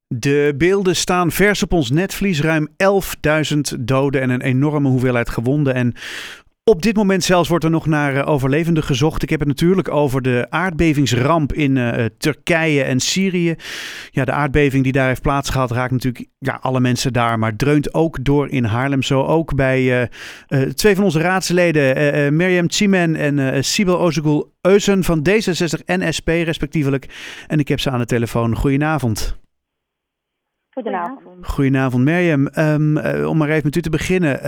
De beelden staan vers op ons netvlies. Ruim 11.000 doden en een enorme hoeveelheid gewonden. En op dit moment zelfs wordt er nog naar overlevenden gezocht. Ik heb het natuurlijk over de aardbevingsramp in Turkije en Syrië. Ja, de aardbeving die daar heeft plaatsgehad raakt natuurlijk alle mensen daar, maar dreunt ook door in Haarlem. Zo ook bij twee van onze raadsleden, Meryem Çimen en Sibel Ozegul Özen van D66 en SP respectievelijk. En ik heb ze aan de telefoon. Goedenavond. Goedenavond, Meryem. Om maar even met u te beginnen.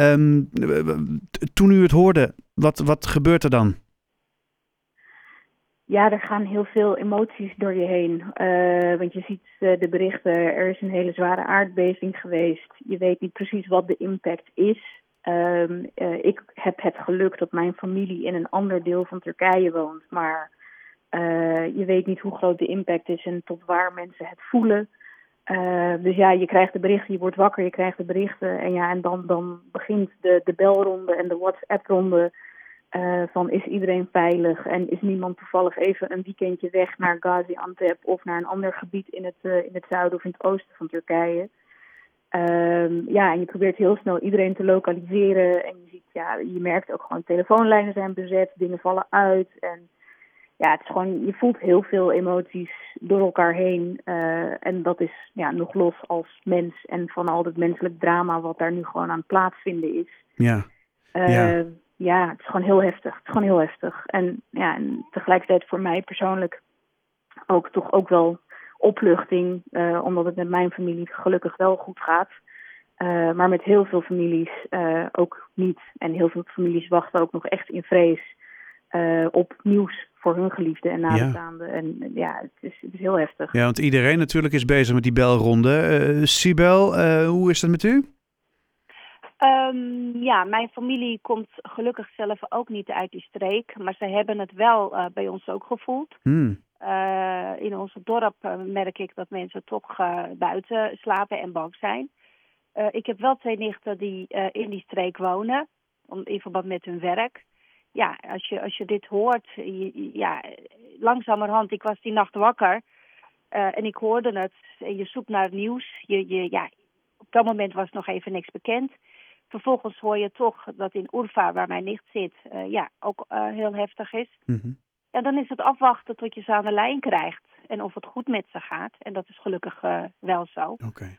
Toen u het hoorde, wat gebeurt er dan? Ja, er gaan heel veel emoties door je heen. Want je ziet de berichten, er is een hele zware aardbeving geweest. Je weet niet precies wat de impact is. Ik heb het geluk dat mijn familie in een ander deel van Turkije woont. Maar je weet niet hoe groot de impact is en tot waar mensen het voelen. Dus ja, je krijgt de berichten, je wordt wakker, je krijgt de berichten. En dan begint de belronde en de WhatsApp-ronde van is iedereen veilig en is niemand toevallig even een weekendje weg naar Gaziantep of naar een ander gebied in het zuiden of in het oosten van Turkije. En je probeert heel snel iedereen te lokaliseren en je ziet, je merkt ook gewoon telefoonlijnen zijn bezet, dingen vallen uit en ja, het is gewoon, je voelt heel veel emoties door elkaar heen. En dat is nog los als mens en van al het menselijk drama wat daar nu gewoon aan het plaatsvinden is. Ja. Het is gewoon heel heftig. En tegelijkertijd voor mij persoonlijk ook wel opluchting. Omdat het met mijn familie gelukkig wel goed gaat. Maar met heel veel families ook niet. En heel veel families wachten ook nog echt in vrees op nieuws voor hun geliefden en nabestaanden. Ja. En het is heel heftig. Ja, want iedereen natuurlijk is bezig met die belronde. Sibel, hoe is dat met u? Mijn familie komt gelukkig zelf ook niet uit die streek. Maar ze hebben het wel bij ons ook gevoeld. In ons dorp merk ik dat mensen toch buiten slapen en bang zijn. Ik heb wel 2 nichten die in die streek wonen. In verband met hun werk. Ja, als je dit hoort, langzamerhand, ik was die nacht wakker en ik hoorde het en je zoekt naar het nieuws. Op dat moment was nog even niks bekend. Vervolgens hoor je toch dat in Urfa, waar mijn nicht zit, ook heel heftig is. Mm-hmm. En dan is het afwachten tot je ze aan de lijn krijgt en of het goed met ze gaat. En dat is gelukkig wel zo. Okay.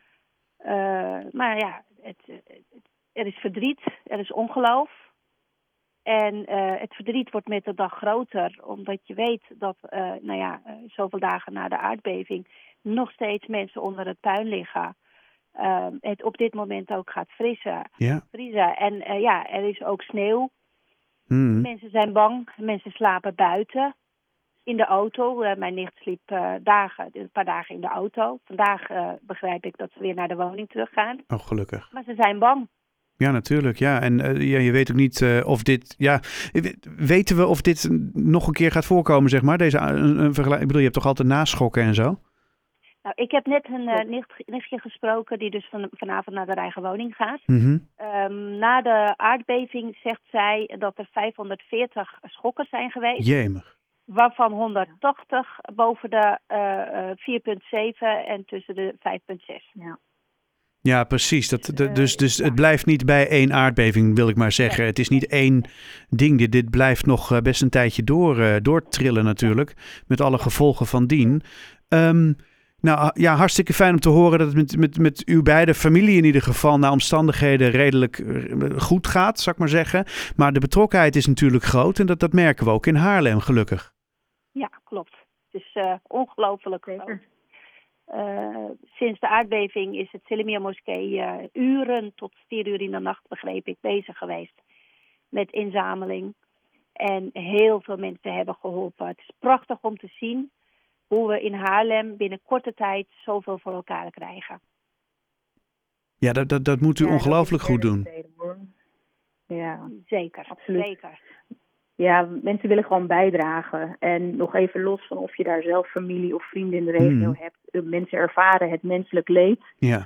Maar er is verdriet, er is ongeloof. En het verdriet wordt met de dag groter, omdat je weet dat, zoveel dagen na de aardbeving nog steeds mensen onder het puin liggen. Het op dit moment ook gaat vriezen. En er is ook sneeuw. Mensen zijn bang, mensen slapen buiten. In de auto. Mijn nicht sliep een paar dagen in de auto. Vandaag begrijp ik dat ze weer naar de woning teruggaan. Oh, gelukkig. Maar ze zijn bang. Ja, natuurlijk. Ja. En je weet ook niet of dit... Ja, weten we of dit nog een keer gaat voorkomen, zeg maar? Deze vergelijking. Ik bedoel, je hebt toch altijd naschokken en zo? Nou, ik heb net een nichtje gesproken die dus vanavond naar de eigen woning gaat. Mm-hmm. Na de aardbeving zegt zij dat er 540 schokken zijn geweest. Jemig. Waarvan 180 boven de 4,7 en tussen de 5,6. Ja. Ja, precies. Dus het blijft niet bij 1 aardbeving, wil ik maar zeggen. Nee. Het is niet 1 ding. Dit blijft nog best een tijdje doortrillen natuurlijk. Met alle gevolgen van dien. Hartstikke fijn om te horen dat het met uw beide familie in ieder geval naar omstandigheden redelijk goed gaat, zou ik maar zeggen. Maar de betrokkenheid is natuurlijk groot en dat merken we ook in Haarlem, gelukkig. Ja, klopt. Het is ongelooflijk groot. Sinds de aardbeving is het Selimia Moskee uren tot 4 uur in de nacht, begreep ik, bezig geweest met inzameling. En heel veel mensen hebben geholpen. Het is prachtig om te zien hoe we in Haarlem binnen korte tijd zoveel voor elkaar krijgen. Ja, dat moet u ongelooflijk goed doen. Ja, zeker, absoluut. Zeker. Ja, mensen willen gewoon bijdragen. En nog even los van of je daar zelf familie of vrienden in de regio hebt. Mensen ervaren het menselijk leed. Ja.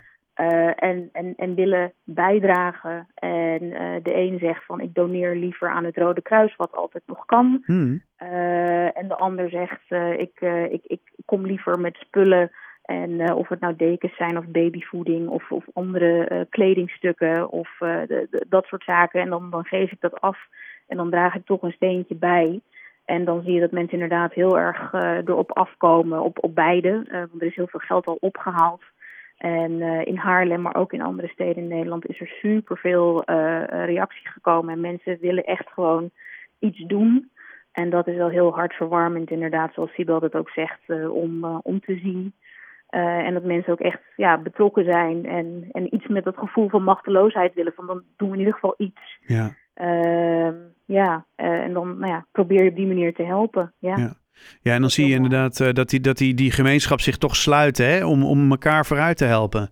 En willen bijdragen. En de een zegt van ik doneer liever aan het Rode Kruis, wat altijd nog kan. En de ander zegt ik kom liever met spullen En of het nou dekens zijn of babyvoeding of andere kledingstukken of dat soort zaken. En dan geef ik dat af en dan draag ik toch een steentje bij. En dan zie je dat mensen inderdaad heel erg erop afkomen op beide. Want er is heel veel geld al opgehaald. En in Haarlem, maar ook in andere steden in Nederland is er superveel reactie gekomen. En mensen willen echt gewoon iets doen. En dat is wel heel hartverwarmend inderdaad, zoals Sibel dat ook zegt, om te zien. En dat mensen ook echt betrokken zijn en iets met dat gevoel van machteloosheid willen. Van dan doen we in ieder geval iets. Ja. En dan probeer je op die manier te helpen. Ja. Ja, en dan zie je inderdaad dat die gemeenschap zich toch sluit, hè, om elkaar vooruit te helpen.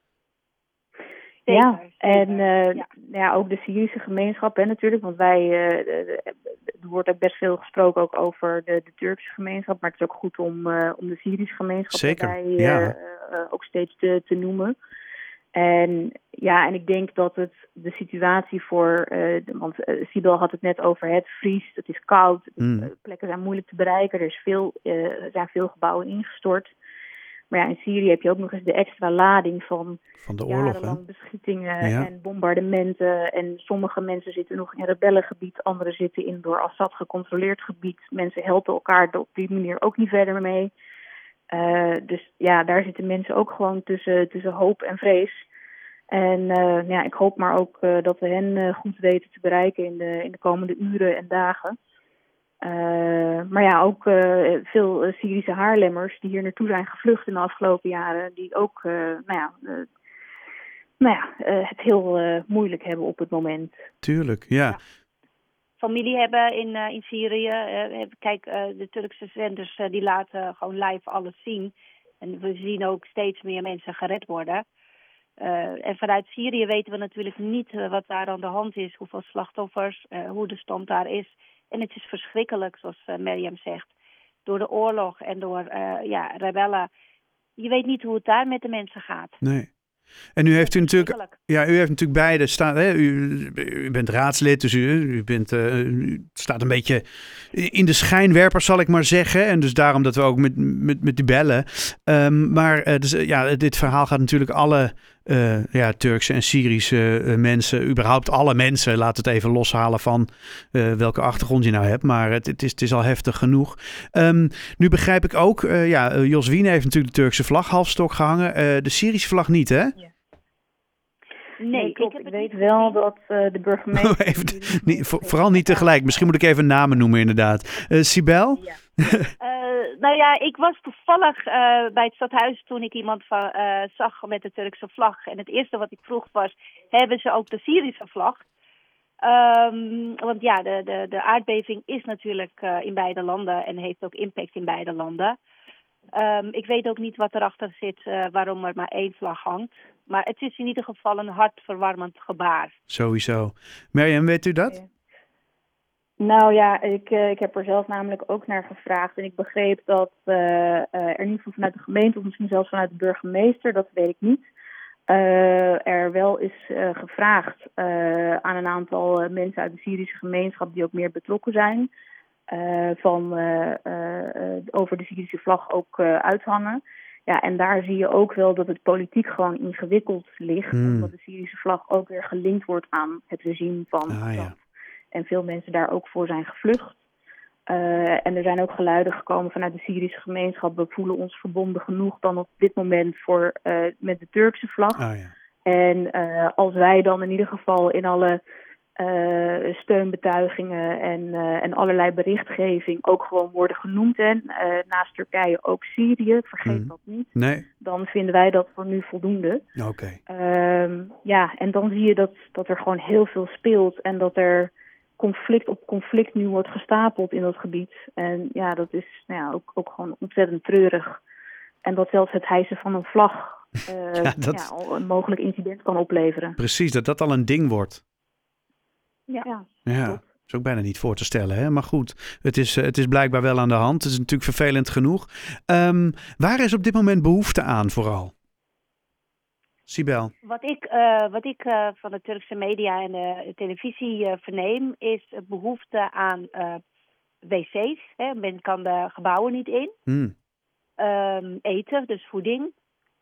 Ja, en ook de Syrische gemeenschap natuurlijk, want er wordt ook best veel gesproken ook over de Turkse gemeenschap, maar het is ook goed om de Syrische gemeenschap daarbij ook steeds te noemen. En ik denk dat het de situatie want Sibel had het net over het vriest, het is koud, plekken zijn moeilijk te bereiken, er zijn veel gebouwen ingestort. Maar in Syrië heb je ook nog eens de extra lading van de oorlog, jarenlang beschietingen en bombardementen. En sommige mensen zitten nog in rebellengebied, anderen zitten in door Assad gecontroleerd gebied. Mensen helpen elkaar op die manier ook niet verder mee. Dus daar zitten mensen ook gewoon tussen hoop en vrees. En ik hoop maar ook dat we hen goed weten te bereiken in de komende uren en dagen. Maar ook veel Syrische Haarlemmers die hier naartoe zijn gevlucht in de afgelopen jaren, die ook het heel moeilijk hebben op het moment. Tuurlijk, ja. Familie hebben in Syrië. Kijk, de Turkse zenders die laten gewoon live alles zien. En we zien ook steeds meer mensen gered worden. En vanuit Syrië weten we natuurlijk niet wat daar aan de hand is, hoeveel slachtoffers, hoe de stand daar is. En het is verschrikkelijk, zoals Meriem zegt. Door de oorlog en door rebellen. Je weet niet hoe het daar met de mensen gaat. Nee. En u heeft natuurlijk beide staan. Hè? U bent raadslid, dus u staat een beetje in de schijnwerpers, zal ik maar zeggen. En dus daarom dat we ook met u bellen. Dit verhaal gaat natuurlijk alle Turkse en Syrische mensen, überhaupt alle mensen, laat het even loshalen van welke achtergrond je nou hebt. Maar het is al heftig genoeg. Nu begrijp ik ook, Jos Wiene heeft natuurlijk de Turkse vlag halfstok gehangen. De Syrische vlag niet, hè? Ja. Nee, klopt. Ik weet wel dat de burgemeester... Vooral niet tegelijk. Misschien moet ik even namen noemen, inderdaad. Sibel? Ja. Ik was toevallig bij het stadhuis toen ik iemand zag met de Turkse vlag. En het eerste wat ik vroeg was, hebben ze ook de Syrische vlag? Want de aardbeving is natuurlijk in beide landen en heeft ook impact in beide landen. Ik weet ook niet wat erachter zit, waarom er maar één vlag hangt. Maar het is in ieder geval een hartverwarmend gebaar. Sowieso. Meriem, weet u dat? Nou ja, ik heb er zelf namelijk ook naar gevraagd. En ik begreep dat er in ieder geval vanuit de gemeente, of misschien zelfs vanuit de burgemeester, dat weet ik niet, er wel is gevraagd aan een aantal mensen uit de Syrische gemeenschap die ook meer betrokken zijn. Over de Syrische vlag ook uithangen. Ja, en daar zie je ook wel dat het politiek gewoon ingewikkeld ligt. Omdat de Syrische vlag ook weer gelinkt wordt aan het regime van Assad. En veel mensen daar ook voor zijn gevlucht. En er zijn ook geluiden gekomen vanuit de Syrische gemeenschap. We voelen ons verbonden genoeg dan op dit moment met de Turkse vlag. En als wij dan in ieder geval in alle steunbetuigingen en allerlei berichtgeving ook gewoon worden genoemd. En naast Turkije ook Syrië, vergeet dat niet. Nee. Dan vinden wij dat voor nu voldoende. Oké. En dan zie je dat er gewoon heel veel speelt en dat er conflict op conflict nu wordt gestapeld in dat gebied. En ja, dat is ook gewoon ontzettend treurig. En dat zelfs het hijsen van een vlag al een mogelijk incident kan opleveren. Precies, dat al een ding wordt. Ja. Dat is ook bijna niet voor te stellen, hè? Maar goed, het is blijkbaar wel aan de hand. Het is natuurlijk vervelend genoeg. Waar is op dit moment behoefte aan vooral? Sibel? Wat ik van de Turkse media en de televisie verneem, is behoefte aan wc's. Hè. Men kan de gebouwen niet in. eten, dus voeding.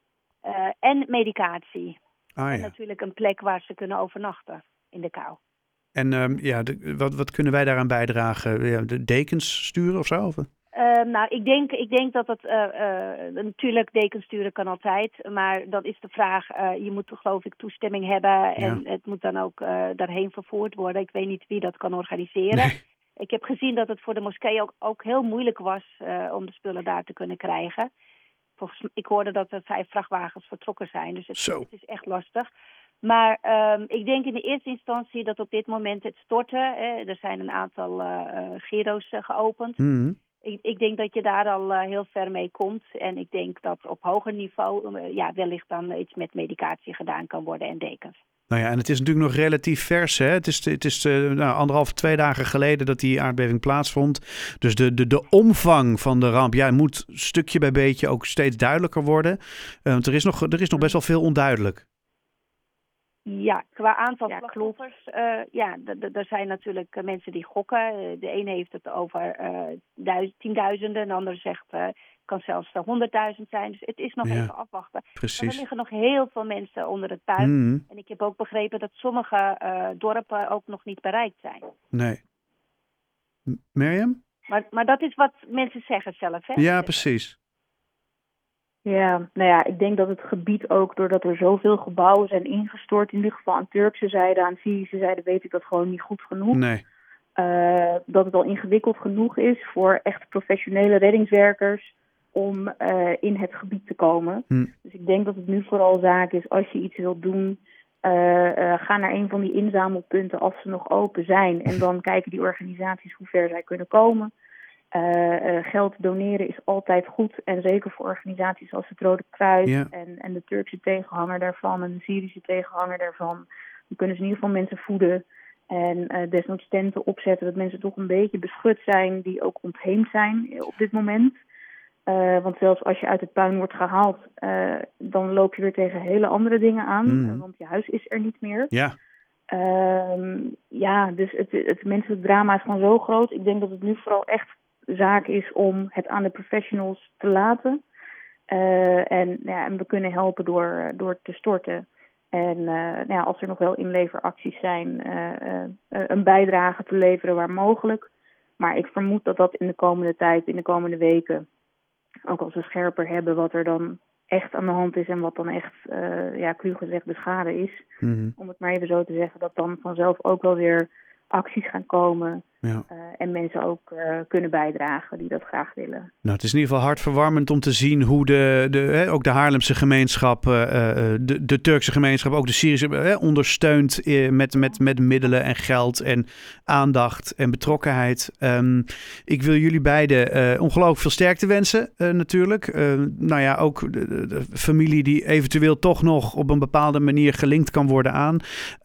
En medicatie. Ah, En ja. natuurlijk een plek waar ze kunnen overnachten in de kou. En wat kunnen wij daaraan bijdragen? Ja, de dekens sturen of zo? Of? Nou, ik denk dat het natuurlijk dekens sturen kan altijd, maar dan is de vraag, je moet geloof ik toestemming hebben en het moet dan ook daarheen vervoerd worden. Ik weet niet wie dat kan organiseren. Nee. Ik heb gezien dat het voor de moskee ook heel moeilijk was om de spullen daar te kunnen krijgen. Ik hoorde dat er 5 vrachtwagens vertrokken zijn, dus het is echt lastig. Maar ik denk in de eerste instantie dat op dit moment het storten, er zijn een aantal giro's geopend. Mm-hmm. Ik denk dat je daar al heel ver mee komt. En ik denk dat op hoger niveau wellicht dan iets met medicatie gedaan kan worden en dekens. Nou ja, en het is natuurlijk nog relatief vers. Hè? Het is 1,5, 2 dagen geleden dat die aardbeving plaatsvond. Dus de omvang van de ramp moet stukje bij beetje ook steeds duidelijker worden. Want er is nog best wel veel onduidelijk. Ja, qua aantal slachtoffers. Er zijn natuurlijk mensen die gokken. De ene heeft het over tienduizenden. De andere zegt het kan zelfs 100.000 zijn. Dus het is nog even afwachten. Precies. Maar er liggen nog heel veel mensen onder het puin. Mm. En ik heb ook begrepen dat sommige dorpen ook nog niet bereikt zijn. Nee. Mirjam? Maar dat is wat mensen zeggen zelf, hè? Ja, precies. Ja, nou ja, ik denk dat het gebied ook, doordat er zoveel gebouwen zijn ingestort, in ieder geval aan Turkse zijde, aan Syrische zijde, weet ik dat gewoon niet goed genoeg. Nee. Dat het al ingewikkeld genoeg is voor echt professionele reddingswerkers om in het gebied te komen. Dus ik denk dat het nu vooral zaak is, als je iets wilt doen, ga naar een van die inzamelpunten als ze nog open zijn. En dan kijken die organisaties hoe ver zij kunnen komen. Geld doneren is altijd goed. En zeker voor organisaties als het Rode Kruis en de Turkse tegenhanger daarvan en de Syrische tegenhanger daarvan. Dan kunnen ze in ieder geval mensen voeden en desnoods tenten opzetten dat mensen toch een beetje beschut zijn die ook ontheemd zijn op dit moment. Want zelfs als je uit het puin wordt gehaald, dan loop je weer tegen hele andere dingen aan. Want je huis is er niet meer. Ja. Dus het menselijk drama is gewoon zo groot. Ik denk dat het nu vooral echt zaak is om het aan de professionals te laten. En we kunnen helpen door te storten. En als er nog wel inleveracties zijn, een bijdrage te leveren waar mogelijk. Maar ik vermoed dat in de komende tijd, in de komende weken, ook als we scherper hebben wat er dan echt aan de hand is en wat dan echt, cru gezegd, de schade is. Mm-hmm. Om het maar even zo te zeggen, dat dan vanzelf ook wel weer acties gaan komen. Ja. En mensen ook kunnen bijdragen die dat graag willen. Nou, het is in ieder geval hartverwarmend om te zien hoe ook de Haarlemse gemeenschap, de Turkse gemeenschap, ook de Syrische ondersteunt met middelen en geld en aandacht en betrokkenheid. Ik wil jullie beiden ongelooflijk veel sterkte wensen natuurlijk. Ook de familie die eventueel toch nog op een bepaalde manier gelinkt kan worden aan.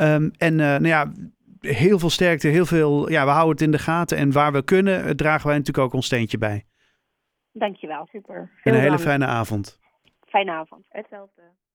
Heel veel sterkte, heel veel. Ja, we houden het in de gaten. En waar we kunnen, dragen wij natuurlijk ook ons steentje bij. Dankjewel. Super. En een hele fijne avond. Fijne avond. Hetzelfde.